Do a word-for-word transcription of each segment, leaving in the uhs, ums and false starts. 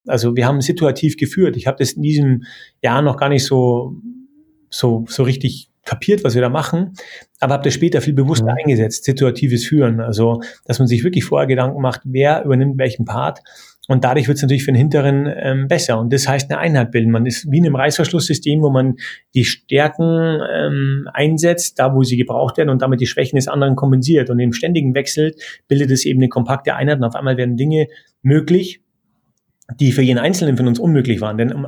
Also wir haben situativ geführt. Ich habe das in diesem Jahr noch gar nicht so, so, so richtig kapiert, was wir da machen, aber habe das später viel bewusster mhm. eingesetzt, situatives Führen. Also, dass man sich wirklich vorher Gedanken macht, wer übernimmt welchen Part. Und dadurch wird es natürlich für den Hinteren ähm, besser. Und das heißt eine Einheit bilden. Man ist wie in einem Reißverschlusssystem, wo man die Stärken ähm, einsetzt, da wo sie gebraucht werden und damit die Schwächen des anderen kompensiert. Und im ständigen Wechsel bildet es eben eine kompakte Einheit und auf einmal werden Dinge möglich, die für jeden Einzelnen von uns unmöglich waren. Denn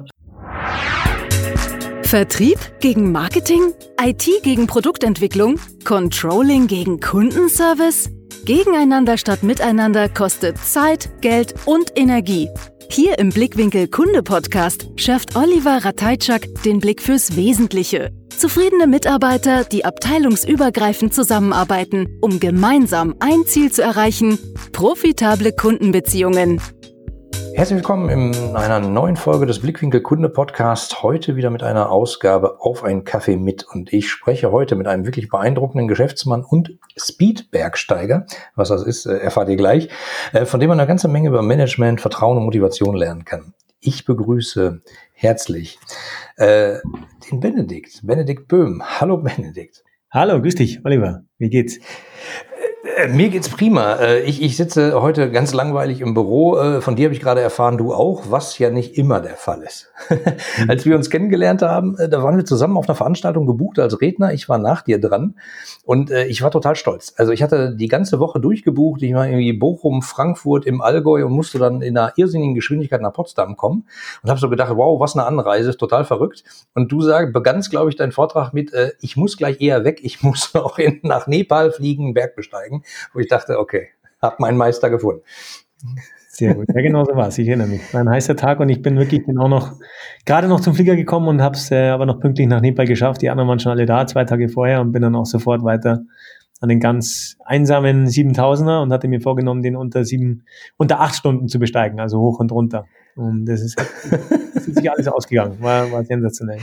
Vertrieb gegen Marketing? I T gegen Produktentwicklung? Controlling gegen Kundenservice? Gegeneinander statt miteinander kostet Zeit, Geld und Energie. Hier im Blickwinkel Kunde Podcast schärft Oliver Ratajczak den Blick fürs Wesentliche. Zufriedene Mitarbeiter, die abteilungsübergreifend zusammenarbeiten, um gemeinsam ein Ziel zu erreichen: profitable Kundenbeziehungen. Herzlich willkommen in einer neuen Folge des Blickwinkel Kunde Podcast. Heute wieder mit einer Ausgabe auf einen Kaffee mit. Und ich spreche heute mit einem wirklich beeindruckenden Geschäftsmann und Speed-Bergsteiger. Was das ist, erfahrt ihr gleich. Von dem man eine ganze Menge über Management, Vertrauen und Motivation lernen kann. Ich begrüße herzlich äh, den Benedikt, Benedikt Böhm. Hallo Benedikt. Hallo, grüß dich, Oliver. Wie geht's? Mir geht's prima. Ich, ich sitze heute ganz langweilig im Büro. Von dir habe ich gerade erfahren, du auch, was ja nicht immer der Fall ist. Als wir uns kennengelernt haben, da waren wir zusammen auf einer Veranstaltung gebucht als Redner. Ich war nach dir dran und ich war total stolz. Also ich hatte die ganze Woche durchgebucht. Ich war irgendwie Bochum, Frankfurt, im Allgäu und musste dann in einer irrsinnigen Geschwindigkeit nach Potsdam kommen und habe so gedacht, wow, was eine Anreise, total verrückt. Und du sagst, begannst, glaube ich, deinen Vortrag mit, ich muss gleich eher weg, ich muss auch in, nach Nepal fliegen, einen Berg besteigen. Wo ich dachte, okay, hab meinen Meister gefunden. Sehr gut, ja genau so war es, ich erinnere mich. War ein heißer Tag und ich bin wirklich genau noch, gerade noch zum Flieger gekommen und habe es äh, aber noch pünktlich nach Nepal geschafft. Die anderen waren schon alle da, zwei Tage vorher, und bin dann auch sofort weiter an den ganz einsamen siebentausender und hatte mir vorgenommen, den unter sieben, unter acht Stunden zu besteigen, also hoch und runter. Und das ist, das ist sich alles ausgegangen, war, war sensationell.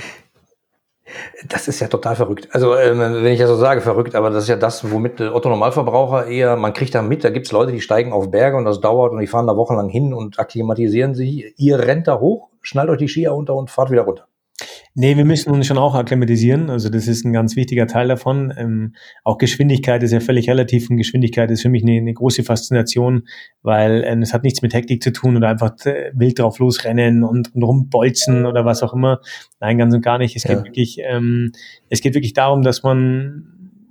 Das ist ja total verrückt. Also äh, wenn ich ja so sage, verrückt, aber das ist ja das, womit der Otto-Normalverbraucher eher, man kriegt da mit, da gibt's Leute, die steigen auf Berge und das dauert und die fahren da wochenlang hin und akklimatisieren sich. Ihr rennt da hoch, schnallt euch die Skier unter und fahrt wieder runter. Nee, wir müssen uns schon auch akklimatisieren. Also das ist ein ganz wichtiger Teil davon. Ähm, auch Geschwindigkeit ist ja völlig relativ und Geschwindigkeit ist für mich eine, eine große Faszination, weil ähm, es hat nichts mit Hektik zu tun oder einfach äh, wild drauf losrennen und, und rumbolzen oder was auch immer. Nein, ganz und gar nicht. Es ja. geht wirklich, ähm, es geht wirklich darum, dass man,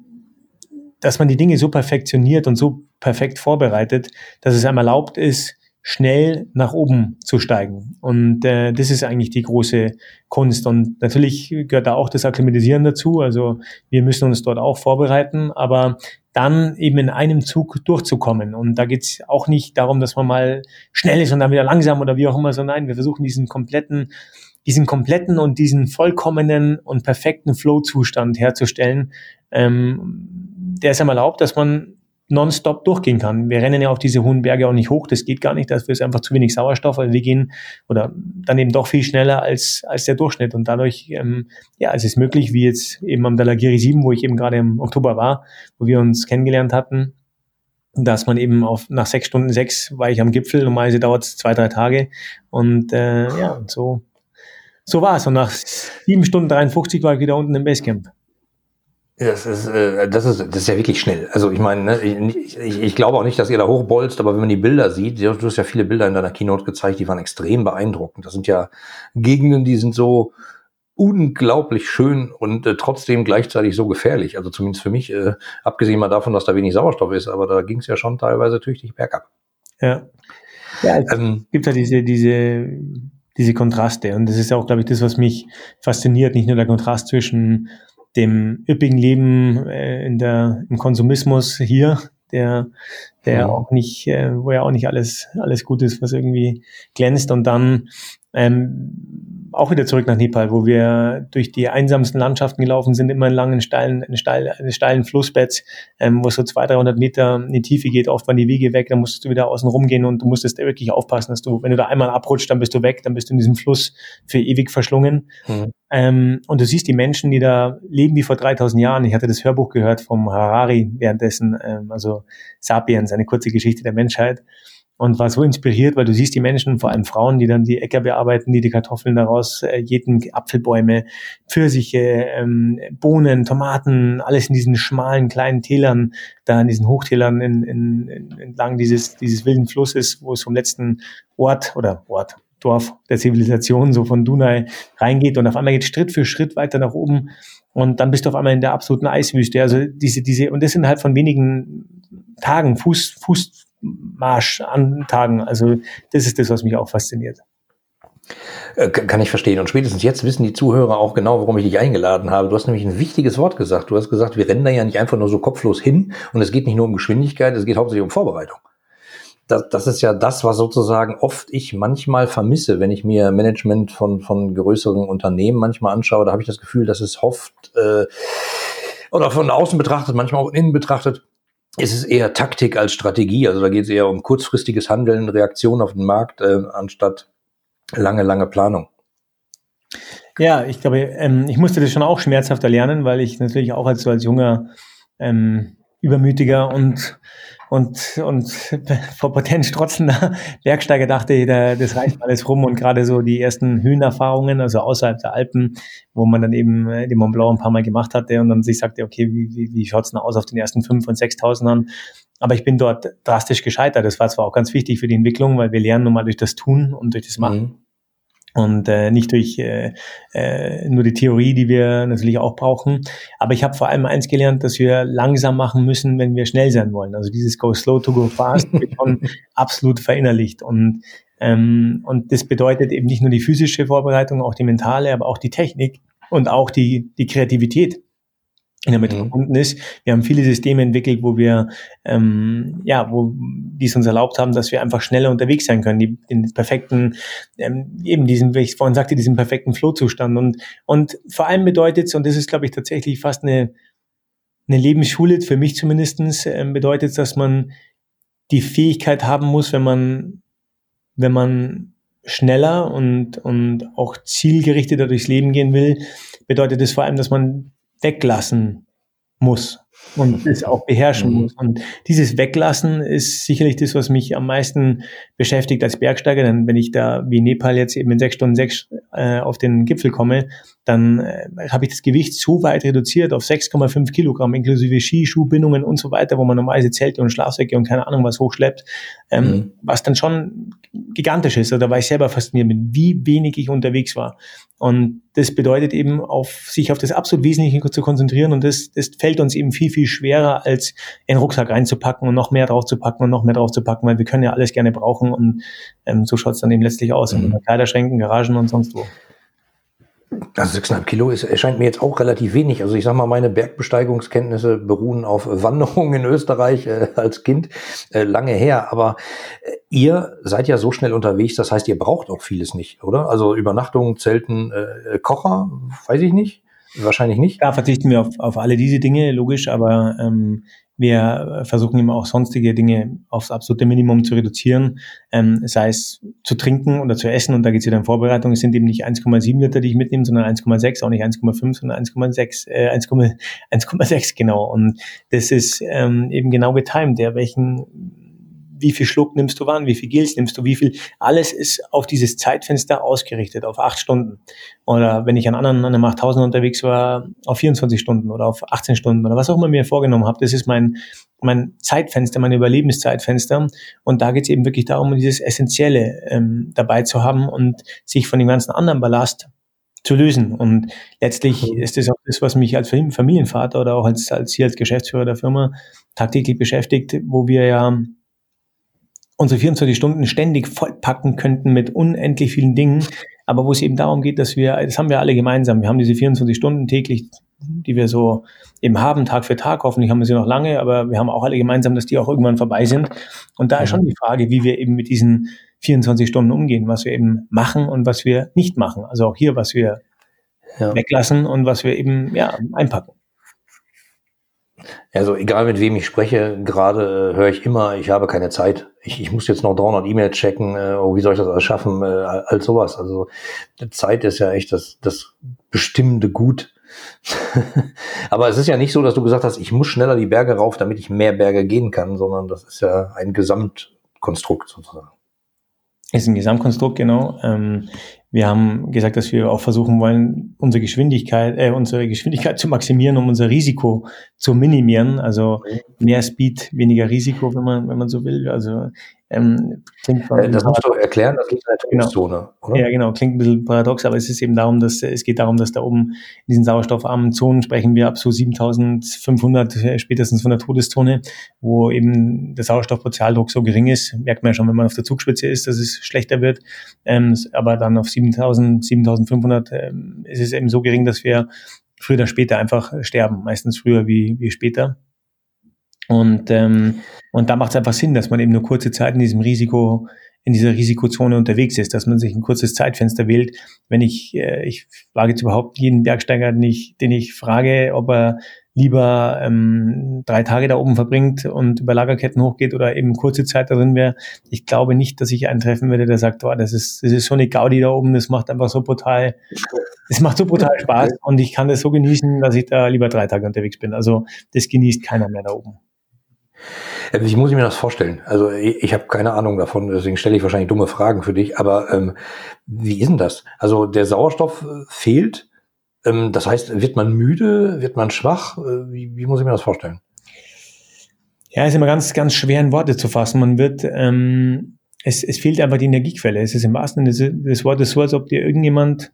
dass man die Dinge so perfektioniert und so perfekt vorbereitet, dass es einem erlaubt ist, schnell nach oben zu steigen. Und äh, das ist eigentlich die große Kunst. Und natürlich gehört da auch das Akklimatisieren dazu. Also wir müssen uns dort auch vorbereiten, aber dann eben in einem Zug durchzukommen. Und da geht's auch nicht darum, dass man mal schnell ist und dann wieder langsam oder wie auch immer, sondern nein, wir versuchen diesen kompletten, diesen kompletten und diesen vollkommenen und perfekten Flow-Zustand herzustellen. Ähm, der ist einmal erlaubt, dass man nonstop durchgehen kann. Wir rennen ja auf diese hohen Berge auch nicht hoch, das geht gar nicht, dafür ist einfach zu wenig Sauerstoff, weil wir gehen oder dann eben doch viel schneller als als der Durchschnitt und dadurch, ähm, ja, es ist möglich, wie jetzt eben am Dhaulagiri sieben, wo ich eben gerade im Oktober war, wo wir uns kennengelernt hatten, dass man eben auf nach sechs Stunden sechs war ich am Gipfel, normalerweise dauert es zwei, drei Tage und äh, ja, so so war es und nach sieben Stunden dreiundfünfzig war ich wieder unten im Basecamp. Das ist, äh, das ist, das ist ja wirklich schnell. Also ich meine, ne, ich, ich, ich glaube auch nicht, dass ihr da hochbolzt, aber wenn man die Bilder sieht, du hast ja viele Bilder in deiner Keynote gezeigt, die waren extrem beeindruckend. Das sind ja Gegenden, die sind so unglaublich schön und äh, trotzdem gleichzeitig so gefährlich. Also zumindest für mich, äh, abgesehen mal davon, dass da wenig Sauerstoff ist, aber da ging es ja schon teilweise tüchtig bergab. Ja, ja es ähm, gibt ja diese, diese, diese Kontraste und das ist ja auch, glaube ich, das, was mich fasziniert, nicht nur der Kontrast zwischen dem üppigen Leben äh, in der im Konsumismus hier, der der mhm. auch nicht, äh, wo ja auch nicht alles alles gut ist, was irgendwie glänzt und dann ähm, auch wieder zurück nach Nepal, wo wir durch die einsamsten Landschaften gelaufen sind, immer in langen, steilen, steil, steilen Flussbett, ähm, wo es so zweihundert, dreihundert Meter in die Tiefe geht, oft waren die Wege weg, dann musstest du wieder außen rumgehen und du musstest wirklich aufpassen, dass du, wenn du da einmal abrutscht, dann bist du weg, dann bist du in diesem Fluss für ewig verschlungen. Mhm. Ähm, und du siehst die Menschen, die da leben wie vor dreitausend Jahren. Ich hatte das Hörbuch gehört vom Harari währenddessen, ähm, also Sapiens, eine kurze Geschichte der Menschheit. und war so inspiriert, weil du siehst die Menschen, vor allem Frauen, die dann die Äcker bearbeiten, die die Kartoffeln daraus äh, jeden Apfelbäume, Pfirsiche, ähm, Bohnen, Tomaten, alles in diesen schmalen kleinen Tälern, da in diesen Hochtälern in, in, in, entlang dieses, dieses wilden Flusses, wo es vom letzten Ort oder Ort, Dorf der Zivilisation so von Dunaj reingeht und auf einmal geht Schritt für Schritt weiter nach oben und dann bist du auf einmal in der absoluten Eiswüste. Also diese, diese, und das sind halt von wenigen Tagen, Fuß, Fußmarsch an Tagen. Also das ist das, was mich auch fasziniert. Kann ich verstehen. Und spätestens jetzt wissen die Zuhörer auch genau, warum ich dich eingeladen habe. Du hast nämlich ein wichtiges Wort gesagt. Du hast gesagt, wir rennen da ja nicht einfach nur so kopflos hin und es geht nicht nur um Geschwindigkeit, es geht hauptsächlich um Vorbereitung. Das, das ist ja das, was sozusagen oft ich manchmal vermisse, wenn ich mir Management von von größeren Unternehmen manchmal anschaue. Da habe ich das Gefühl, dass es oft äh, oder von außen betrachtet, manchmal auch von innen betrachtet, ist es eher Taktik als Strategie. Also da geht es eher um kurzfristiges Handeln, Reaktion auf den Markt, äh, anstatt lange, lange Planung. Ja, ich glaube, ähm, ich musste das schon auch schmerzhaft erlernen, weil ich natürlich auch als so als junger ähm, übermütiger und und und vor Potenz strotzender Bergsteiger dachte ich, da, das reicht alles rum und gerade so die ersten Höhenerfahrungen, also außerhalb der Alpen, wo man dann eben den Mont Blanc ein paar Mal gemacht hatte und dann sich sagte, okay, wie, wie, wie schaut's denn aus auf den ersten fünf und sechstausendern? Aber ich bin dort drastisch gescheitert. Das war zwar auch ganz wichtig für die Entwicklung, weil wir lernen nun mal durch das Tun und durch das Machen. Mhm. Und äh, nicht durch äh, äh, nur die Theorie, die wir natürlich auch brauchen. Aber ich habe vor allem eins gelernt, dass wir langsam machen müssen, wenn wir schnell sein wollen. Also dieses Go slow to go fast wird schon absolut verinnerlicht. Und ähm, und das bedeutet eben nicht nur die physische Vorbereitung, auch die mentale, aber auch die Technik und auch die die Kreativität, die damit verbunden ist. Wir haben viele Systeme entwickelt, wo wir, ähm, ja, wo die es uns erlaubt haben, dass wir einfach schneller unterwegs sein können, die, den perfekten, ähm, eben diesen, wie ich vorhin sagte, diesen perfekten Flow-Zustand. Und und vor allem bedeutet es, und das ist, glaube ich, tatsächlich fast eine eine Lebensschule, für mich zumindestens, ähm, bedeutet es, dass man die Fähigkeit haben muss, wenn man wenn man schneller und und auch zielgerichteter durchs Leben gehen will, bedeutet es vor allem, dass man weglassen muss und es auch beherrschen mhm. muss. Und dieses Weglassen ist sicherlich das, was mich am meisten beschäftigt als Bergsteiger. Denn wenn ich da wie Nepal jetzt eben in sechs Stunden sechs äh, auf den Gipfel komme, dann äh, habe ich das Gewicht so weit reduziert auf sechs Komma fünf Kilogramm, inklusive Ski, Schuhbindungen und so weiter, wo man normalerweise Zelte und Schlafsäcke und keine Ahnung was hochschleppt, ähm, mhm. was dann schon gigantisch ist. Also da war ich selber fasziniert mit, wie wenig ich unterwegs war. Und das bedeutet eben, auf sich auf das absolut Wesentliche zu konzentrieren. Und das, das fällt uns eben viel, viel schwerer, als in den Rucksack reinzupacken und noch mehr draufzupacken und noch mehr draufzupacken, weil wir können ja alles gerne brauchen. Und ähm, so schaut es dann eben letztlich aus. Mhm. In Kleiderschränken, Garagen und sonst wo. Also sechseinhalb Kilo ist, erscheint mir jetzt auch relativ wenig. Also ich sag mal, meine Bergbesteigungskenntnisse beruhen auf Wanderungen in Österreich äh, als Kind, äh, lange her. Aber äh, ihr seid ja so schnell unterwegs, das heißt, ihr braucht auch vieles nicht, oder? Also Übernachtungen, Zelten, äh, Kocher, weiß ich nicht. Wahrscheinlich nicht. Da verzichten wir auf, auf alle diese Dinge, logisch, aber ähm, wir versuchen immer auch sonstige Dinge aufs absolute Minimum zu reduzieren, ähm, sei es zu trinken oder zu essen, und da geht es wieder in Vorbereitung. Es sind eben nicht eins Komma sieben Liter, die ich mitnehme, sondern eins Komma sechs, auch nicht eins Komma fünf, sondern eins Komma sechs, äh, eins Komma sechs genau. Und das ist ähm, eben genau getimt, der welchen wie viel Schluck nimmst du wann, wie viel Gels nimmst du, wie viel, alles ist auf dieses Zeitfenster ausgerichtet, auf acht Stunden. Oder wenn ich an anderen, an einem achttausender unterwegs war, auf vierundzwanzig Stunden oder auf achtzehn Stunden oder was auch immer mir vorgenommen habe. Das ist mein, mein Zeitfenster, mein Überlebenszeitfenster. Und da geht es eben wirklich darum, dieses Essentielle ähm, dabei zu haben und sich von dem ganzen anderen Ballast zu lösen. Und letztlich ist das auch das, was mich als Familienvater oder auch als, als hier als Geschäftsführer der Firma tagtäglich beschäftigt, wo wir ja unsere vierundzwanzig Stunden ständig vollpacken könnten mit unendlich vielen Dingen, aber wo es eben darum geht, dass wir, das haben wir alle gemeinsam, wir haben diese vierundzwanzig Stunden täglich, die wir so eben haben, Tag für Tag, hoffentlich haben wir sie noch lange, aber wir haben auch alle gemeinsam, dass die auch irgendwann vorbei sind. Und da ist schon die Frage, wie wir eben mit diesen vierundzwanzig Stunden umgehen, was wir eben machen und was wir nicht machen. Also auch hier, was wir ja. weglassen und was wir eben ja einpacken. Also egal mit wem ich spreche, gerade äh, höre ich immer, ich habe keine Zeit. Ich, ich muss jetzt noch dreihundert E-Mails checken. Äh, oh, wie soll ich das alles schaffen? Äh, all sowas. Also Zeit ist ja echt das, das bestimmende Gut. Aber es ist ja nicht so, dass du gesagt hast, ich muss schneller die Berge rauf, damit ich mehr Berge gehen kann, sondern das ist ja ein Gesamt, Gesamtkonstrukt sozusagen. Ist ein Gesamtkonstrukt, genau. Ähm, wir haben gesagt, dass wir auch versuchen wollen, unsere Geschwindigkeit, äh, unsere Geschwindigkeit zu maximieren, um unser Risiko zu minimieren. Also mehr Speed, weniger Risiko, wenn man, wenn man so will. Also ähm, klingt äh, das musst du erklären, das liegt in der Todeszone, genau. Oder? Ja, genau, klingt ein bisschen paradox, aber es ist eben darum, dass es geht darum, dass da oben in diesen sauerstoffarmen Zonen sprechen wir ab so siebentausendfünfhundert spätestens von der Todeszone, wo eben der Sauerstoffpotentialdruck so gering ist. Merkt man ja schon, wenn man auf der Zugspitze ist, dass es schlechter wird. Ähm, aber dann auf siebentausend, siebentausendfünfhundert ähm, ist es eben so gering, dass wir früher oder später einfach sterben. Meistens früher wie, wie später. Und, ähm, und da macht es einfach Sinn, dass man eben nur kurze Zeit in diesem Risiko, in dieser Risikozone unterwegs ist, dass man sich ein kurzes Zeitfenster wählt. Wenn ich, äh, ich frage jetzt überhaupt jeden Bergsteiger, den ich, den ich frage, ob er lieber ähm, drei Tage da oben verbringt und über Lagerketten hochgeht oder eben kurze Zeit da drin wäre. Ich glaube nicht, dass ich einen treffen würde, der sagt, oh, das ist, das ist so eine Gaudi da oben, das macht einfach so brutal, das macht so brutal Spaß und ich kann das so genießen, dass ich da lieber drei Tage unterwegs bin. Also das genießt keiner mehr da oben. Wie muss ich mir das vorstellen? Also ich, ich habe keine Ahnung davon, deswegen stelle ich wahrscheinlich dumme Fragen für dich, aber ähm, wie ist denn das? Also der Sauerstoff fehlt, ähm, das heißt, wird man müde, wird man schwach? Wie, wie muss ich mir das vorstellen? Ja, ist immer ganz, ganz schwer in Worte zu fassen. Man wird, ähm, es, es fehlt einfach die Energiequelle. Es ist im wahrsten Sinne des, des Wortes so, als ob dir irgendjemand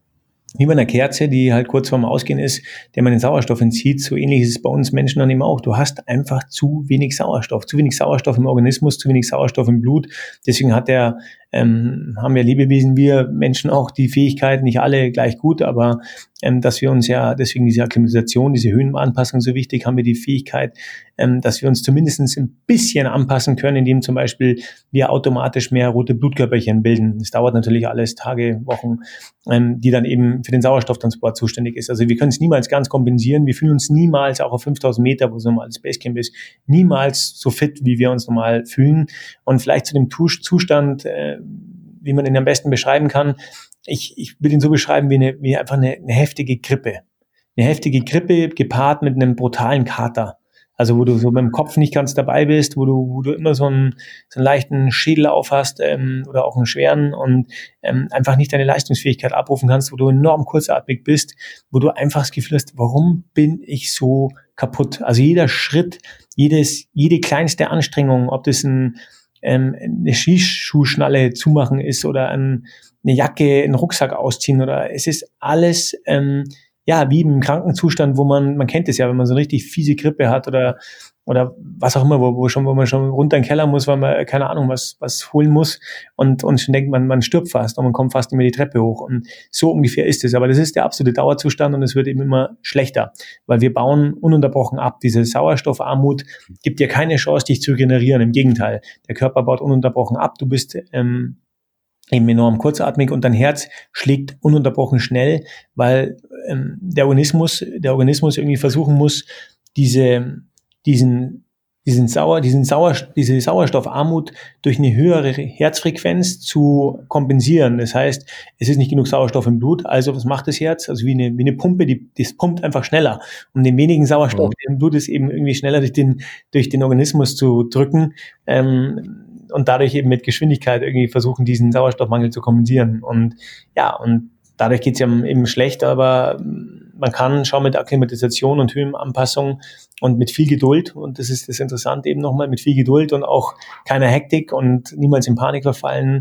wie bei einer Kerze, die halt kurz vorm Ausgehen ist, der man den Sauerstoff entzieht. So ähnlich ist es bei uns Menschen dann eben auch. Du hast einfach zu wenig Sauerstoff, zu wenig Sauerstoff im Organismus, zu wenig Sauerstoff im Blut. Deswegen hat der, ähm, haben ja Lebewesen, wir Menschen auch die Fähigkeit, nicht alle gleich gut, aber ähm, dass wir uns ja, deswegen diese Akklimatisation, diese Höhenanpassung so wichtig, haben wir die Fähigkeit, ähm, dass wir uns zumindest ein bisschen anpassen können, indem zum Beispiel wir automatisch mehr rote Blutkörperchen bilden. Das dauert natürlich alles Tage, Wochen, ähm, die dann eben für den Sauerstofftransport zuständig ist. Also wir können es niemals ganz kompensieren. Wir fühlen uns niemals, auch auf fünftausend Meter, wo so normal das Basecamp ist, niemals so fit, wie wir uns normal fühlen. Und vielleicht zu dem Zustand, äh, wie man ihn am besten beschreiben kann, ich, ich will ihn so beschreiben wie, eine, wie einfach eine, eine heftige Grippe. Eine heftige Grippe gepaart mit einem brutalen Kater. Also wo du so mit dem Kopf nicht ganz dabei bist, wo du, wo du immer so einen, so einen leichten Schädel aufhast ähm, oder auch einen schweren und ähm, einfach nicht deine Leistungsfähigkeit abrufen kannst, wo du enorm kurzatmig bist, wo du einfach das Gefühl hast, warum bin ich so kaputt? Also jeder Schritt, jedes, jede kleinste Anstrengung, ob das ein, ähm, eine Skischuhschnalle zumachen ist oder ein, eine Jacke, einen Rucksack ausziehen oder es ist alles ähm, ja, wie im Krankenzustand, wo man, man kennt es ja, wenn man so eine richtig fiese Grippe hat oder, oder was auch immer, wo, wo schon, wo man schon runter in den Keller muss, weil man, keine Ahnung, was, was holen muss und, und schon denkt man, man stirbt fast und man kommt fast nicht mehr die Treppe hoch und so ungefähr ist es. Aber das ist der absolute Dauerzustand und es wird eben immer schlechter, weil wir bauen ununterbrochen ab. Diese Sauerstoffarmut gibt dir keine Chance, dich zu regenerieren. Im Gegenteil, der Körper baut ununterbrochen ab. Du bist, ähm, eben enorm kurzatmig und dein Herz schlägt ununterbrochen schnell, weil ähm, der Organismus, der Organismus irgendwie versuchen muss, diese, diesen, diesen Sauer, diesen Sauer, diese Sauerstoffarmut durch eine höhere Herzfrequenz zu kompensieren. Das heißt, es ist nicht genug Sauerstoff im Blut, also was macht das Herz? Also wie eine, wie eine Pumpe, die, das pumpt einfach schneller. Um den wenigen Sauerstoff, der im Blut ist, eben irgendwie schneller durch den, durch den Organismus zu drücken, ähm, und dadurch eben mit Geschwindigkeit irgendwie versuchen, diesen Sauerstoffmangel zu kompensieren. Und ja, und dadurch geht's ja eben schlecht, aber man kann schon mit Akklimatisation und Höhenanpassung und mit viel Geduld, und das ist das Interessante eben nochmal, mit viel Geduld und auch keiner Hektik und niemals in Panik verfallen,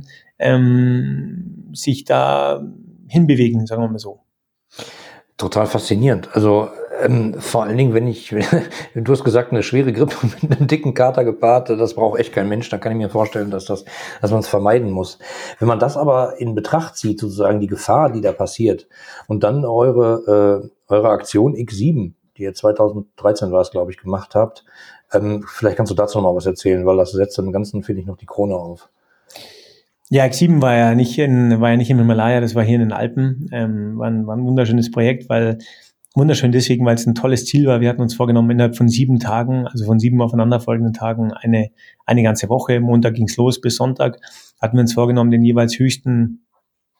ähm, sich da hinbewegen, sagen wir mal so. Total faszinierend. Also ähm, vor allen Dingen, wenn ich, du hast gesagt, eine schwere Grippe mit einem dicken Kater gepaart, das braucht echt kein Mensch, dann kann ich mir vorstellen, dass das, dass man es vermeiden muss. Wenn man das aber in Betracht zieht, sozusagen die Gefahr, die da passiert, und dann eure, äh, eure Aktion X sieben, die ihr zweitausenddreizehn war es, glaube ich, gemacht habt, ähm, vielleicht kannst du dazu noch mal was erzählen, weil das setzt dem Ganzen, finde ich, noch die Krone auf. Ja, X sieben war ja nicht in, war ja nicht im Himalaya, das war hier in den Alpen. Ähm, war, ein, war ein wunderschönes Projekt, weil, wunderschön deswegen, weil es ein tolles Ziel war. Wir hatten uns vorgenommen, innerhalb von sieben Tagen, also von sieben aufeinanderfolgenden Tagen, eine, eine ganze Woche, Montag ging's los bis Sonntag, hatten wir uns vorgenommen, den jeweils höchsten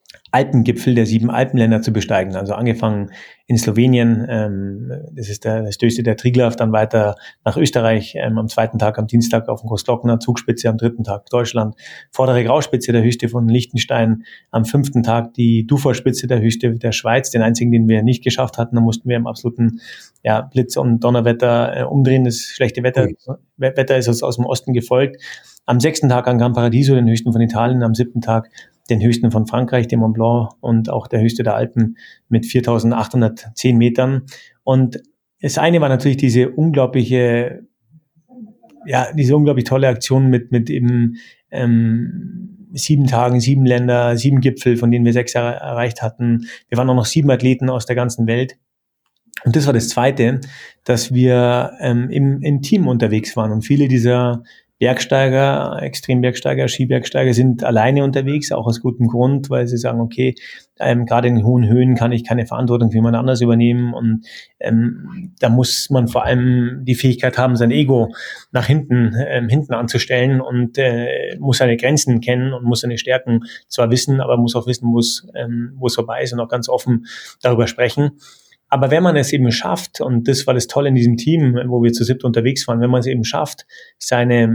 Alpengipfel der sieben Alpenländer zu besteigen. Also angefangen in Slowenien, ähm, das ist der, das höchste der Triglav, dann weiter nach Österreich, ähm, am zweiten Tag, am Dienstag auf dem Großglockner, Zugspitze, am dritten Tag Deutschland, Vordere Grauspitze, der höchste von Liechtenstein, am fünften Tag die Duforspitze, der höchste der Schweiz, den einzigen, den wir nicht geschafft hatten. Da mussten wir im absoluten ja, Blitz- und Donnerwetter äh, umdrehen. Das schlechte Wetter, Wetter ist uns aus dem Osten gefolgt. Am sechsten Tag an Gran Paradiso, den höchsten von Italien, am siebten Tag den höchsten von Frankreich, den Mont Blanc, und auch der höchste der Alpen mit viertausendachthundertzehn Metern. Und das eine war natürlich diese unglaubliche, ja, diese unglaublich tolle Aktion mit, mit eben, ähm, sieben Tagen, sieben Länder, sieben Gipfel, von denen wir sechs er- erreicht hatten. Wir waren auch noch sieben Athleten aus der ganzen Welt. Und das war das Zweite, dass wir ähm, im, im Team unterwegs waren. Und viele dieser Bergsteiger, Extrembergsteiger, Skibergsteiger sind alleine unterwegs, auch aus gutem Grund, weil sie sagen, okay, ähm, gerade in hohen Höhen kann ich keine Verantwortung für jemand anders übernehmen, und ähm, da muss man vor allem die Fähigkeit haben, sein Ego nach hinten ähm, hinten anzustellen, und äh, muss seine Grenzen kennen und muss seine Stärken zwar wissen, aber muss auch wissen, wo es ähm, wo es vorbei ist, und auch ganz offen darüber sprechen. Aber wenn man es eben schafft, und das war das Tolle in diesem Team, wo wir zu siebt unterwegs waren, wenn man es eben schafft, seine,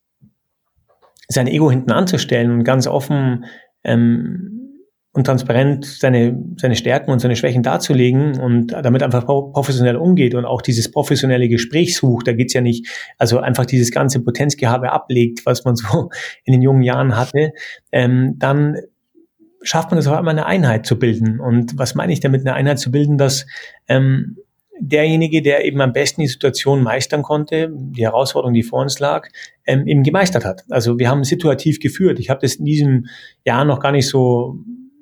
sein Ego hinten anzustellen und ganz offen ähm, und transparent seine, seine Stärken und seine Schwächen darzulegen und damit einfach professionell umgeht und auch dieses professionelle Gespräch sucht, da geht's ja nicht, also einfach dieses ganze Potenzgehabe ablegt, was man so in den jungen Jahren hatte, ähm, dann schafft man es auch einmal, eine Einheit zu bilden. Und was meine ich damit, eine Einheit zu bilden, dass ähm, derjenige, der eben am besten die Situation meistern konnte, die Herausforderung, die vor uns lag, ähm, eben gemeistert hat. Also wir haben situativ geführt. Ich habe das in diesem Jahr noch gar nicht so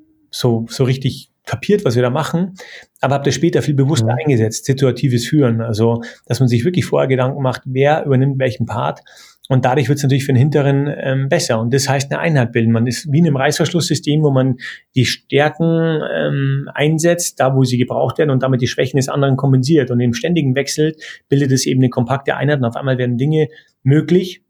so so richtig kapiert, was wir da machen, aber habe das später viel bewusster mhm. eingesetzt, situatives Führen. Also, dass man sich wirklich vorher Gedanken macht, wer übernimmt welchen Part. Und dadurch wird es natürlich für den Hinteren ähm, besser. Und das heißt eine Einheit bilden. Man ist wie in einem Reißverschlusssystem, wo man die Stärken ähm, einsetzt, da wo sie gebraucht werden, und damit die Schwächen des anderen kompensiert. Und im ständigen Wechsel bildet es eben eine kompakte Einheit, und auf einmal werden Dinge möglich,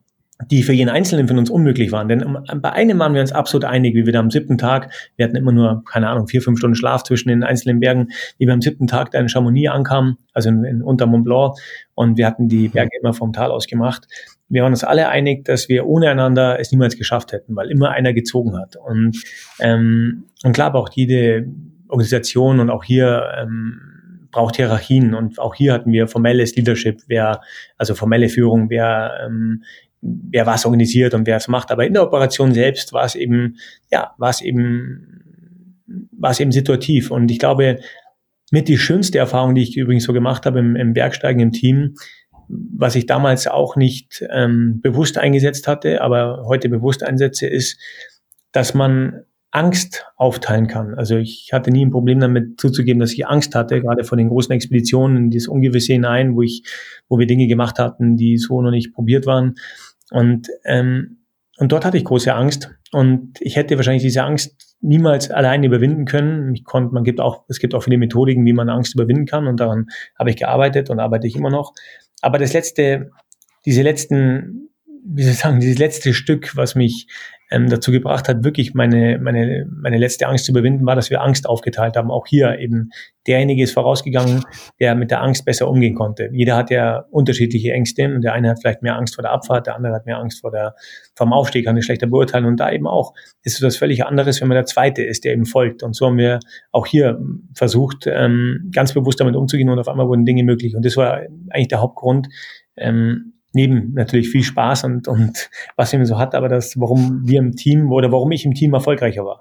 die für jeden Einzelnen von uns unmöglich waren. Denn bei einem waren wir uns absolut einig, wie wir da am siebten Tag, wir hatten immer nur, keine Ahnung, vier, fünf Stunden Schlaf zwischen den einzelnen Bergen, wie wir am siebten Tag da in Chamonix ankamen, also in, in unter Mont Blanc, und wir hatten die Berge immer vom Tal aus gemacht. Wir waren uns alle einig, dass wir ohne einander es niemals geschafft hätten, weil immer einer gezogen hat. Und, ähm, und klar, aber auch jede Organisation und auch hier ähm, braucht Hierarchien, und auch hier hatten wir formelles Leadership, wer, also formelle Führung, wer ähm, wer was organisiert und wer es macht. Aber in der Operation selbst war es eben, ja, war es eben, war es eben situativ. Und ich glaube, mit die schönste Erfahrung, die ich übrigens so gemacht habe im, im Bergsteigen im Team, was ich damals auch nicht ähm, bewusst eingesetzt hatte, aber heute bewusst einsetze, ist, dass man Angst aufteilen kann. Also ich hatte nie ein Problem damit zuzugeben, dass ich Angst hatte, gerade vor den großen Expeditionen in das Ungewisse hinein, wo ich, wo wir Dinge gemacht hatten, die so noch nicht probiert waren. Und ähm, und dort hatte ich große Angst, und ich hätte wahrscheinlich diese Angst niemals alleine überwinden können. Ich konnte, man gibt auch, es gibt auch viele Methodiken, wie man Angst überwinden kann, und daran habe ich gearbeitet und arbeite ich immer noch. Aber das letzte, diese letzten, wie soll ich sagen, dieses letzte Stück, was mich ähm, dazu gebracht hat, wirklich meine meine meine letzte Angst zu überwinden, war, dass wir Angst aufgeteilt haben. Auch hier eben, derjenige ist vorausgegangen, der mit der Angst besser umgehen konnte. Jeder hat ja unterschiedliche Ängste, und der eine hat vielleicht mehr Angst vor der Abfahrt, der andere hat mehr Angst vor der vom Aufstieg, kann es schlechter beurteilen, und da eben auch ist es was völlig anderes, wenn man der Zweite ist, der eben folgt. Und so haben wir auch hier versucht, ähm, ganz bewusst damit umzugehen, und auf einmal wurden Dinge möglich. Und das war eigentlich der Hauptgrund, ähm, neben natürlich viel Spaß und, und was man so hat, aber das, warum wir im Team oder warum ich im Team erfolgreicher war.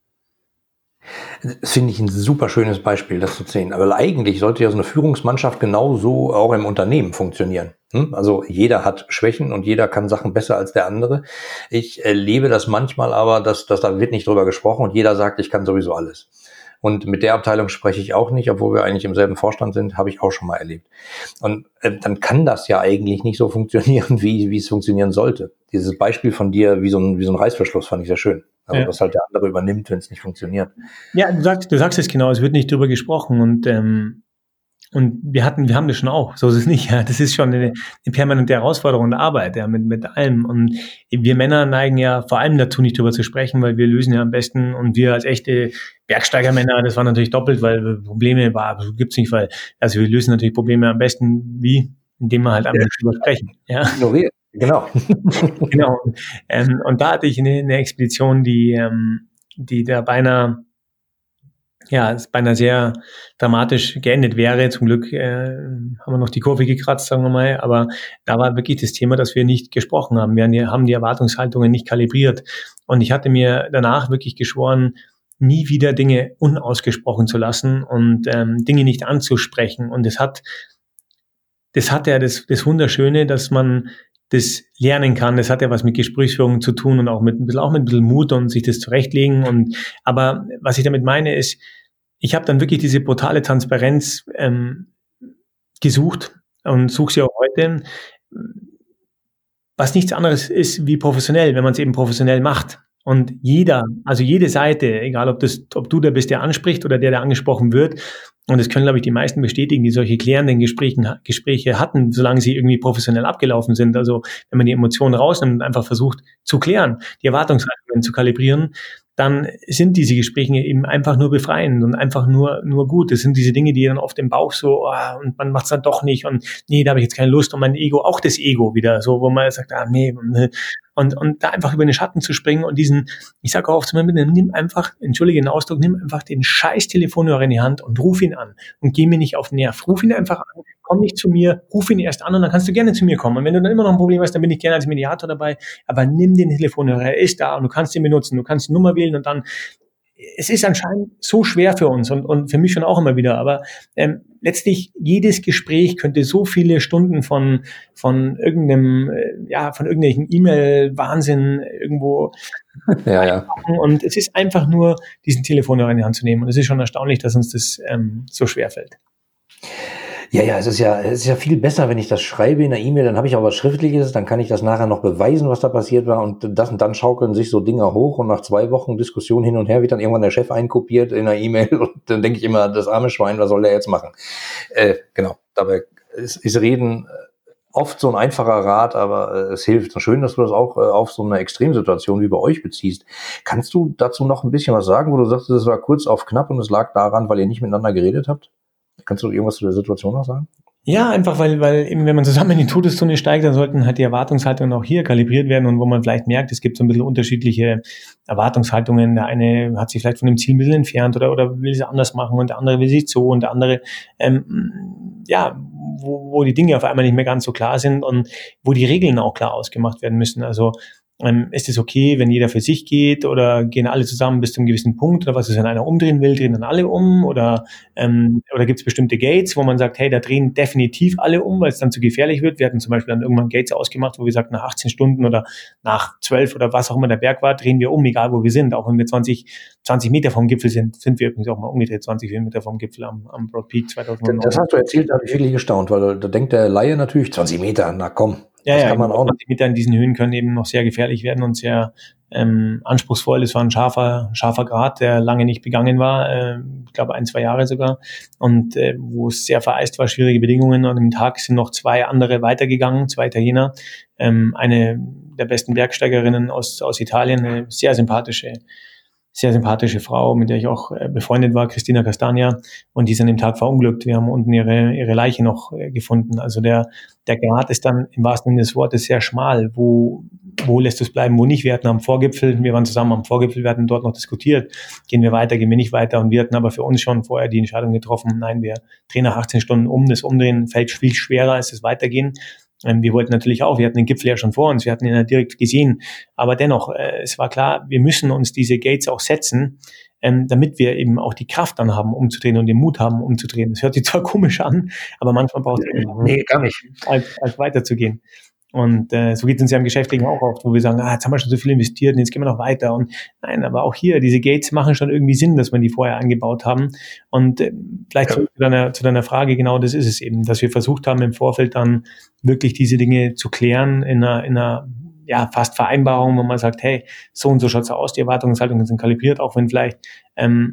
Das finde ich ein super schönes Beispiel, das zu sehen. Aber eigentlich sollte ja so eine Führungsmannschaft genauso auch im Unternehmen funktionieren. Also jeder hat Schwächen und jeder kann Sachen besser als der andere. Ich erlebe das manchmal aber, dass, dass da wird nicht drüber gesprochen und jeder sagt, ich kann sowieso alles. Und mit der Abteilung spreche ich auch nicht, obwohl wir eigentlich im selben Vorstand sind, habe ich auch schon mal erlebt. Und äh, dann kann das ja eigentlich nicht so funktionieren, wie wie es funktionieren sollte. Dieses Beispiel von dir, wie so ein, wie so ein Reißverschluss, fand ich sehr schön. Also, ja. Dass halt der andere übernimmt, wenn es nicht funktioniert. Ja, du sagst, du sagst es genau, es wird nicht drüber gesprochen. Und ähm, Und wir hatten, wir haben das schon auch, so ist es nicht. Ja. Das ist schon eine, eine permanente Herausforderung der Arbeit, ja, mit, mit allem. Und wir Männer neigen ja vor allem dazu, nicht darüber zu sprechen, weil wir lösen ja am besten, und wir als echte Bergsteigermänner, das war natürlich doppelt, weil Probleme war, gibt's nicht, weil, also wir lösen natürlich Probleme am besten, wie? Indem wir halt einfach drüber sprechen. Ja. Ignorieren. Genau. Genau. Ähm, und da hatte ich eine, eine Expedition, die, ähm, die da beinahe, ja, es beinahe sehr dramatisch geendet wäre. Zum Glück äh, haben wir noch die Kurve gekratzt, sagen wir mal. Aber da war wirklich das Thema, dass wir nicht gesprochen haben. Wir haben die Erwartungshaltungen nicht kalibriert. Und ich hatte mir danach wirklich geschworen, nie wieder Dinge unausgesprochen zu lassen und ähm, Dinge nicht anzusprechen. Und das hat, das hat ja das, das Wunderschöne, dass man das lernen kann. Das hat ja was mit Gesprächsführung zu tun und auch mit ein bisschen, auch mit ein bisschen Mut und sich das zurechtlegen. Und aber was ich damit meine ist, ich habe dann wirklich diese brutale Transparenz ähm, gesucht und suche sie auch heute, was nichts anderes ist wie professionell, wenn man es eben professionell macht. Und jeder, also jede Seite, egal ob das, ob du der bist, der anspricht oder der, der angesprochen wird, und das können, glaube ich, die meisten bestätigen, die solche klärenden Gesprächen, Gespräche hatten, solange sie irgendwie professionell abgelaufen sind. Also wenn man die Emotionen rausnimmt und einfach versucht zu klären, die Erwartungshaltungen zu kalibrieren, dann sind diese Gespräche eben einfach nur befreiend und einfach nur nur gut. Das sind diese Dinge, die dann oft im Bauch so, oh, und man macht es dann doch nicht und nee, da habe ich jetzt keine Lust, und mein Ego, auch das Ego wieder, so, wo man sagt, ah nee, und und da einfach über den Schatten zu springen und diesen, ich sage auch oft zu mir, nimm einfach, entschuldige den Ausdruck, nimm einfach den scheiß Telefonhörer in die Hand und ruf ihn an und geh mir nicht auf den Nerv. Ruf ihn einfach an, komm nicht zu mir, ruf ihn erst an und dann kannst du gerne zu mir kommen. Und wenn du dann immer noch ein Problem hast, dann bin ich gerne als Mediator dabei, aber nimm den Telefonhörer, er ist da und du kannst ihn benutzen, du kannst die Nummer wählen und dann, es ist anscheinend so schwer für uns und, und für mich schon auch immer wieder, aber ähm, letztlich jedes Gespräch könnte so viele Stunden von von irgendeinem, äh, ja, von irgendwelchen E-Mail-Wahnsinn irgendwo ja, ja. machen, und es ist einfach nur, diesen Telefonhörer in die Hand zu nehmen, und es ist schon erstaunlich, dass uns das ähm, so schwer fällt. Ja, ja, es ist ja, es ist ja viel besser, wenn ich das schreibe in der E-Mail, dann habe ich auch was Schriftliches, dann kann ich das nachher noch beweisen, was da passiert war, und das und dann schaukeln sich so Dinge hoch, und nach zwei Wochen Diskussion hin und her wird dann irgendwann der Chef einkopiert in der E-Mail, und dann denke ich immer, das arme Schwein, was soll der jetzt machen? Äh, genau, dabei ist, ist Reden oft so ein einfacher Rat, aber äh, es hilft. Und schön, dass du das auch äh, auf so eine Extremsituation wie bei euch beziehst. Kannst du dazu noch ein bisschen was sagen, wo du sagst, das war kurz auf knapp und es lag daran, weil ihr nicht miteinander geredet habt? Kannst du irgendwas zu der Situation noch sagen? Ja, einfach weil, weil eben, wenn man zusammen in die Todeszone steigt, dann sollten halt die Erwartungshaltungen auch hier kalibriert werden, und wo man vielleicht merkt, es gibt so ein bisschen unterschiedliche Erwartungshaltungen. Der eine hat sich vielleicht von dem Ziel ein bisschen entfernt oder, oder will es anders machen, und der andere will sich so, und der andere, ähm, ja, wo, wo die Dinge auf einmal nicht mehr ganz so klar sind und wo die Regeln auch klar ausgemacht werden müssen. Also, Ähm, ist es okay, wenn jeder für sich geht, oder gehen alle zusammen bis zu einem gewissen Punkt, oder was ist, wenn einer umdrehen will, drehen dann alle um, oder ähm, oder gibt es bestimmte Gates, wo man sagt, hey, da drehen definitiv alle um, weil es dann zu gefährlich wird. Wir hatten zum Beispiel dann irgendwann Gates ausgemacht, wo wir sagten, nach achtzehn Stunden oder nach zwölf oder was auch immer der Berg war, drehen wir um, egal wo wir sind. Auch wenn wir zwanzig, zwanzig Meter vom Gipfel sind, sind wir übrigens auch mal umgedreht, zwanzig Meter vom Gipfel am, am Broad Peak zweitausendneun. Das hast du erzählt, da habe ich wirklich gestaunt, weil da denkt der Laie natürlich, zwanzig Meter, na komm. Ja, das ja, kann man auch. zwanzig Meter in diesen Höhen können eben noch sehr gefährlich werden und sehr ähm, anspruchsvoll. Es war ein scharfer, scharfer Grat, der lange nicht begangen war, äh, ich glaube ein, zwei Jahre sogar, und äh, wo es sehr vereist war, schwierige Bedingungen. Und am Tag sind noch zwei andere weitergegangen, zwei Italiener, ähm, eine der besten Bergsteigerinnen aus aus Italien, eine sehr sympathische sehr sympathische Frau, mit der ich auch äh, befreundet war, Cristina Castagna, und die ist an dem Tag verunglückt. Wir haben unten ihre ihre Leiche noch äh, gefunden. Also der der Grat ist dann im wahrsten Sinne des Wortes sehr schmal. Wo wo lässt du es bleiben, wo nicht? Wir hatten am Vorgipfel, wir waren zusammen am Vorgipfel, wir hatten dort noch diskutiert, gehen wir weiter, gehen wir nicht weiter, und wir hatten aber für uns schon vorher die Entscheidung getroffen, nein, wir drehen nach achtzehn Stunden um. Das Umdrehen fällt viel schwerer als das Weitergehen. Wir wollten natürlich auch, wir hatten den Gipfel ja schon vor uns, wir hatten ihn ja direkt gesehen, aber dennoch, äh, es war klar, wir müssen uns diese Gates auch setzen, ähm, damit wir eben auch die Kraft dann haben, umzudrehen, und den Mut haben, umzudrehen. Das hört sich zwar komisch an, aber manchmal braucht es nee, gar nicht, als, als weiterzugehen. Und äh, so geht es uns ja im Geschäftlichen auch oft, wo wir sagen, ah, jetzt haben wir schon so viel investiert und jetzt gehen wir noch weiter. Und nein, aber auch hier, diese Gates machen schon irgendwie Sinn, dass wir die vorher eingebaut haben. Und äh, vielleicht ja. zu, deiner, zu deiner Frage, genau das ist es eben, dass wir versucht haben, im Vorfeld dann wirklich diese Dinge zu klären in einer, in einer ja, fast Vereinbarung, wo man sagt, hey, so und so schaut's aus, die Erwartungshaltungen sind kalibriert, auch wenn vielleicht ähm,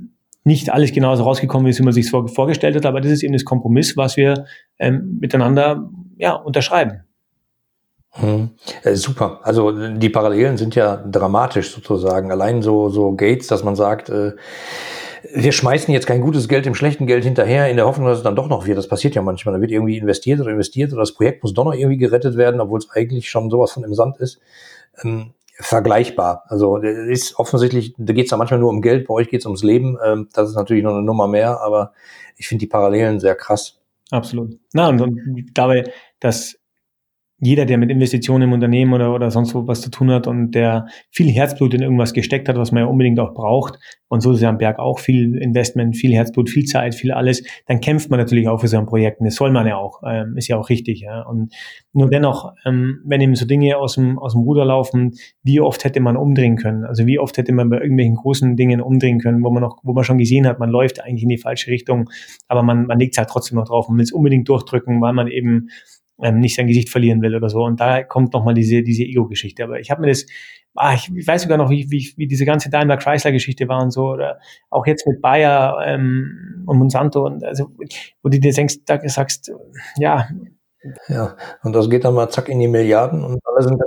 nicht alles genauso rausgekommen ist, wie man sich vor, vorgestellt hat, aber das ist eben das Kompromiss, was wir ähm, miteinander ja, unterschreiben. Hm. Äh, super. Also die Parallelen sind ja dramatisch sozusagen. Allein so so Gates, dass man sagt, äh, wir schmeißen jetzt kein gutes Geld im schlechten Geld hinterher, in der Hoffnung, dass es dann doch noch wird. Das passiert ja manchmal. Da wird irgendwie investiert oder investiert oder das Projekt muss doch noch irgendwie gerettet werden, obwohl es eigentlich schon sowas von im Sand ist. Ähm, vergleichbar. Also ist offensichtlich, da geht es ja manchmal nur um Geld, bei euch geht es ums Leben. Ähm, das ist natürlich noch eine Nummer mehr, aber ich finde die Parallelen sehr krass. Absolut. Na, und, und ich glaube, dass jeder, der mit Investitionen im Unternehmen oder, oder sonst wo was zu tun hat und der viel Herzblut in irgendwas gesteckt hat, was man ja unbedingt auch braucht, und so ist es ja am Berg auch, viel Investment, viel Herzblut, viel Zeit, viel alles, dann kämpft man natürlich auch für so ein Projekt. Und das soll man ja auch, ähm, ist ja auch richtig. Ja. Und nur dennoch, ähm, wenn eben so Dinge aus dem, aus dem Ruder laufen, wie oft hätte man umdrehen können? Also wie oft hätte man bei irgendwelchen großen Dingen umdrehen können, wo man noch, wo man schon gesehen hat, man läuft eigentlich in die falsche Richtung, aber man, man legt es halt trotzdem noch drauf und will es unbedingt durchdrücken, weil man eben Ähm, nicht sein Gesicht verlieren will oder so. Und da kommt nochmal diese, diese Ego-Geschichte. Aber ich habe mir das, ah, ich, ich weiß sogar noch, wie, wie, wie diese ganze Daimler-Chrysler-Geschichte war und so, oder auch jetzt mit Bayer ähm, und Monsanto, und also, wo du dir denkst, da sagst, ja. Ja, und das geht dann mal zack in die Milliarden und alle sind ganz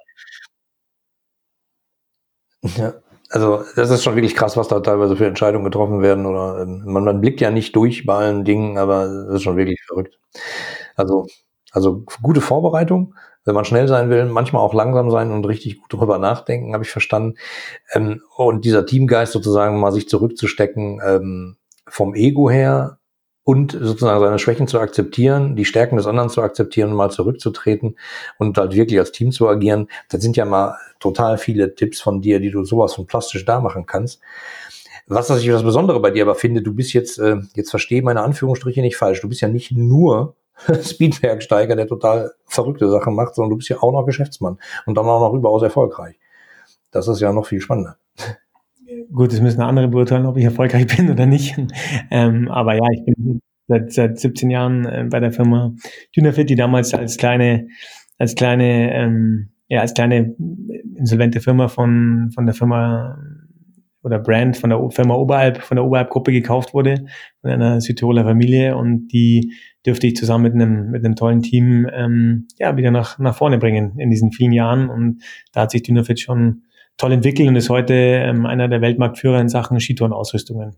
überrascht. Ja. Also das ist schon wirklich krass, was da teilweise für Entscheidungen getroffen werden. Oder ähm, man, man blickt ja nicht durch bei allen Dingen, aber das ist schon wirklich verrückt. Also Also gute Vorbereitung, wenn man schnell sein will, manchmal auch langsam sein und richtig gut drüber nachdenken, habe ich verstanden. Ähm, und dieser Teamgeist sozusagen mal sich zurückzustecken, ähm, vom Ego her und sozusagen seine Schwächen zu akzeptieren, die Stärken des anderen zu akzeptieren und mal zurückzutreten und halt wirklich als Team zu agieren. Das sind ja mal total viele Tipps von dir, die du sowas von plastisch da machen kannst. Was das ich das Besondere bei dir aber finde, du bist jetzt, äh, jetzt verstehe meine Anführungsstriche nicht falsch, du bist ja nicht nur Speedbergsteiger, der total verrückte Sachen macht, sondern du bist ja auch noch Geschäftsmann und dann auch noch überaus erfolgreich. Das ist ja noch viel spannender. Gut, das müssen andere beurteilen, ob ich erfolgreich bin oder nicht. Ähm, aber ja, ich bin seit, seit siebzehn Jahren äh, bei der Firma Dynafit, die damals als kleine, als kleine, ähm, ja, als kleine insolvente Firma von, von der Firma oder Brand von der Firma Oberalp, von der Oberalp-Gruppe gekauft wurde, von einer Südtiroler Familie, und die dürfte ich zusammen mit einem, mit einem tollen Team, ähm, ja, wieder nach, nach vorne bringen in diesen vielen Jahren. Und da hat sich Dynafit schon toll entwickelt und ist heute ähm, einer der Weltmarktführer in Sachen Skitourenausrüstungen.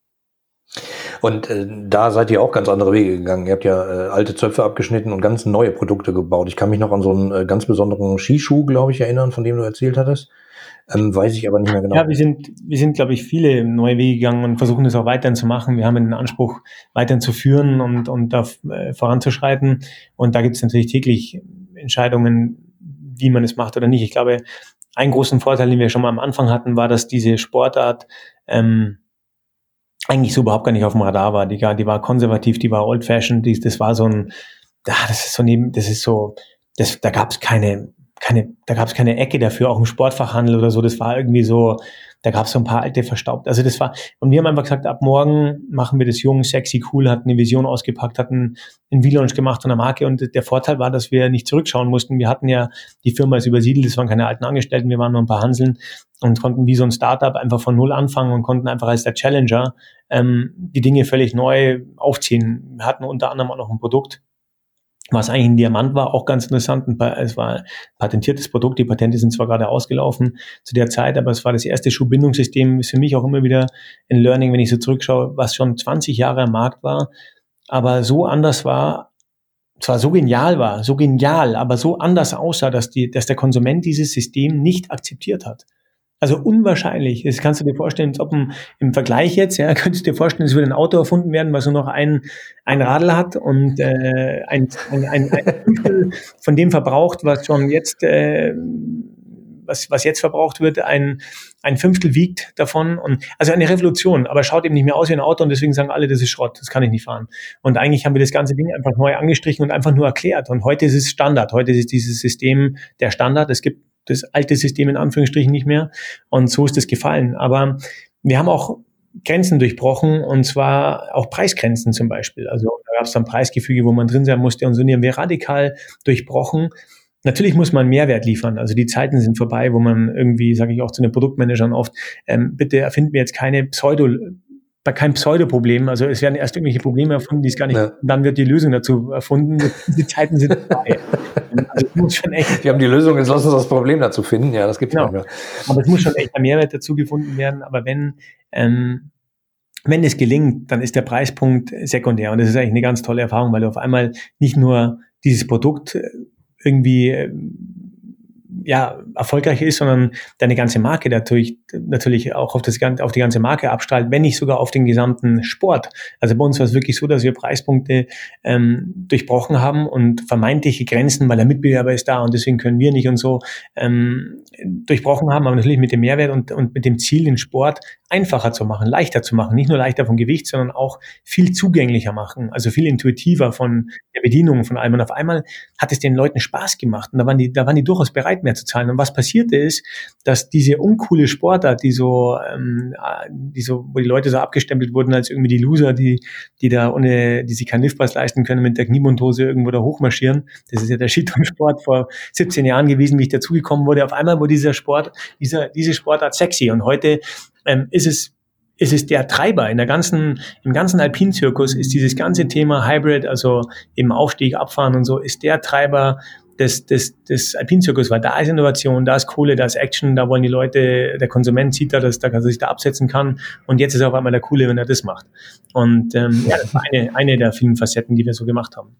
Und äh, da seid ihr auch ganz andere Wege gegangen. Ihr habt ja äh, alte Zöpfe abgeschnitten und ganz neue Produkte gebaut. Ich kann mich noch an so einen äh, ganz besonderen Skischuh, glaube ich, erinnern, von dem du erzählt hattest. Ähm, weiß ich aber nicht mehr genau. Ja, wir sind, wir sind, glaube ich, viele neue Wege gegangen und versuchen das auch weiterhin zu machen. Wir haben den Anspruch, weiterhin zu führen und, und da äh, voranzuschreiten. Und da gibt es natürlich täglich Entscheidungen, wie man es macht oder nicht. Ich glaube, einen großen Vorteil, den wir schon mal am Anfang hatten, war, dass diese Sportart ähm, eigentlich so überhaupt gar nicht auf dem Radar war. Die, die war konservativ, die war old-fashioned, die, das war so ein, ja, das ist so neben, das ist so, das, da gab es keine, keine, da gab es keine Ecke dafür, auch im Sportfachhandel oder so. Das war irgendwie so, da gab es so ein paar alte verstaubt. Also das war, und wir haben einfach gesagt, ab morgen machen wir das jung, sexy, cool, hatten eine Vision ausgepackt, hatten einen V-Launch gemacht von der Marke, und der Vorteil war, dass wir nicht zurückschauen mussten. Wir hatten ja, die Firma ist übersiedelt, es waren keine alten Angestellten, wir waren nur ein paar Hanseln und konnten wie so ein Startup einfach von null anfangen und konnten einfach als der Challenger ähm, die Dinge völlig neu aufziehen. Wir hatten unter anderem auch noch ein Produkt, was eigentlich ein Diamant war, auch ganz interessant. Es war ein patentiertes Produkt. Die Patente sind zwar gerade ausgelaufen zu der Zeit, aber es war das erste Schuhbindungssystem. Ist für mich auch immer wieder ein Learning, wenn ich so zurückschaue, was schon zwanzig Jahre am Markt war, aber so anders war, zwar so genial war, so genial, aber so anders aussah, dass die, dass der Konsument dieses System nicht akzeptiert hat. Also unwahrscheinlich. Das kannst du dir vorstellen, als ob ein, im Vergleich jetzt, ja, könntest du dir vorstellen, es würde ein Auto erfunden werden, was nur noch ein, ein Radl hat und äh, ein, ein, ein, ein Fünftel von dem verbraucht, was schon jetzt, äh, was, was jetzt verbraucht wird, ein, ein Fünftel wiegt davon. Und also eine Revolution, aber schaut eben nicht mehr aus wie ein Auto, und deswegen sagen alle, das ist Schrott, das kann ich nicht fahren. Und eigentlich haben wir das ganze Ding einfach neu angestrichen und einfach nur erklärt. Und heute ist es Standard. Heute ist dieses System der Standard. Es gibt das alte System in Anführungsstrichen nicht mehr. Und so ist es gefallen. Aber wir haben auch Grenzen durchbrochen, und zwar auch Preisgrenzen zum Beispiel. Also da gab es dann Preisgefüge, wo man drin sein musste, und so, die haben wir radikal durchbrochen. Natürlich muss man Mehrwert liefern. Also die Zeiten sind vorbei, wo man irgendwie, sage ich auch zu den Produktmanagern oft, ähm, bitte erfinden wir jetzt keine Pseudo- kein Pseudoproblem. Also es werden erst irgendwelche Probleme erfunden, die es gar nicht, ja. Dann wird die Lösung dazu erfunden. Die Zeiten sind vorbei. Also es muss schon echt. Wir haben die Lösung, jetzt lass uns das Problem dazu finden. Ja, das gibt's genau. nicht mehr. Aber es muss schon echt ein Mehrwert dazu gefunden werden. Aber wenn, ähm, wenn es gelingt, dann ist der Preispunkt sekundär. Und das ist eigentlich eine ganz tolle Erfahrung, weil du auf einmal nicht nur dieses Produkt irgendwie ja erfolgreich ist, sondern deine ganze Marke natürlich natürlich auch auf das auf die ganze Marke abstrahlt, wenn nicht sogar auf den gesamten Sport. Also bei uns war es wirklich so, dass wir Preispunkte ähm, durchbrochen haben und vermeintliche Grenzen, weil der Mitbewerber ist da und deswegen können wir nicht und so ähm, durchbrochen haben, aber natürlich mit dem Mehrwert und und mit dem Ziel, den Sport einfacher zu machen, leichter zu machen, nicht nur leichter vom Gewicht, sondern auch viel zugänglicher machen, also viel intuitiver von der Bedienung, von allem. Und auf einmal hat es den Leuten Spaß gemacht und da waren die, da waren die durchaus bereit, mehr zu zahlen. Und was passierte ist, dass diese uncoole Sportart, die so, ähm, die so, wo die Leute so abgestempelt wurden als irgendwie die Loser, die, die da ohne, die sich keinen Liftpass leisten können, mit der Kniebundhose irgendwo da hochmarschieren. Das ist ja der Skitourensport vor siebzehn Jahren gewesen, wie ich dazugekommen wurde. Auf einmal wurde dieser Sport, dieser, diese Sportart sexy. Und heute ähm, ist es, ist es der Treiber in der ganzen, im ganzen Alpinzirkus ist dieses ganze Thema Hybrid, also im Aufstieg, Abfahren und so, ist der Treiber des, des, des Alpinzirkus, weil da ist Innovation, da ist Kohle, da ist Action, da wollen die Leute, der Konsument sieht da, dass, dass er sich da absetzen kann und jetzt ist auf einmal der Coole, wenn er das macht. Und ähm, ja, das war eine, eine der vielen Facetten, die wir so gemacht haben.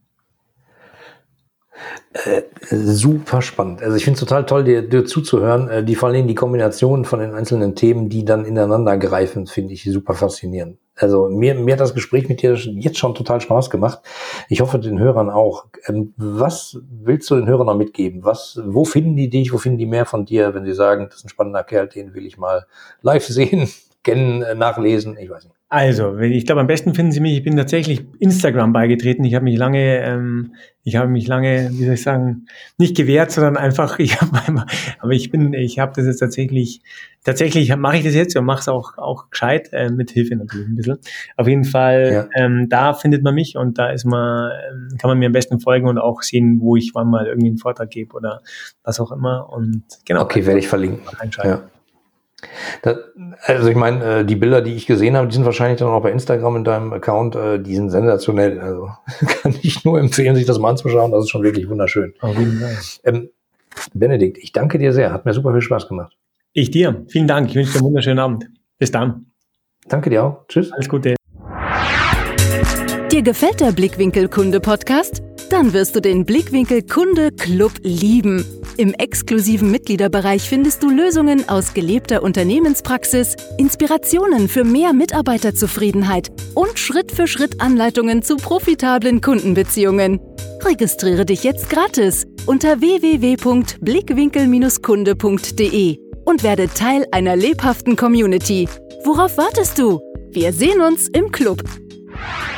Äh, super spannend. Also ich finde es total toll, dir, dir zuzuhören. Äh, die vor allem die Kombination von den einzelnen Themen, die dann ineinander greifen, finde ich super faszinierend. Also mir, mir hat das Gespräch mit dir jetzt schon total Spaß gemacht. Ich hoffe, den Hörern auch. Ähm, was willst du den Hörern noch mitgeben? Was, wo finden die dich? Wo finden die mehr von dir, wenn sie sagen, das ist ein spannender Kerl, den will ich mal live sehen, kennen, nachlesen? Ich weiß nicht. Also, ich glaube, am besten finden Sie mich, ich bin tatsächlich Instagram beigetreten. Ich habe mich lange, ähm, ich habe mich lange, wie soll ich sagen, nicht gewehrt, sondern einfach, ich habe einmal, aber ich bin, ich habe das jetzt tatsächlich, tatsächlich mache ich das jetzt und mache es auch auch gescheit, äh, mit Hilfe natürlich ein bisschen. Auf jeden Fall, ja. ähm, da findet man mich und da ist man, ähm, kann man mir am besten folgen und auch sehen, wo ich wann mal irgendwie einen Vortrag gebe oder was auch immer. Und genau. Okay, werde ich verlinken. Ja. Das, also ich meine, die Bilder, die ich gesehen habe, die sind wahrscheinlich dann auch bei Instagram in deinem Account, die sind sensationell. Also kann ich nur empfehlen, sich das mal anzuschauen. Das ist schon wirklich wunderschön. Auf jeden Fall. Ähm, Benedikt, ich danke dir sehr. Hat mir super viel Spaß gemacht. Ich dir. Vielen Dank. Ich wünsche dir einen wunderschönen Abend. Bis dann. Danke dir auch. Tschüss. Alles Gute. Dir gefällt der Blickwinkel Kunde Podcast? Dann wirst du den Blickwinkel Kunde Club lieben. Im exklusiven Mitgliederbereich findest du Lösungen aus gelebter Unternehmenspraxis, Inspirationen für mehr Mitarbeiterzufriedenheit und Schritt für Schritt Anleitungen zu profitablen Kundenbeziehungen. Registriere dich jetzt gratis unter w w w punkt blickwinkel kunde punkt d e und werde Teil einer lebhaften Community. Worauf wartest du? Wir sehen uns im Club.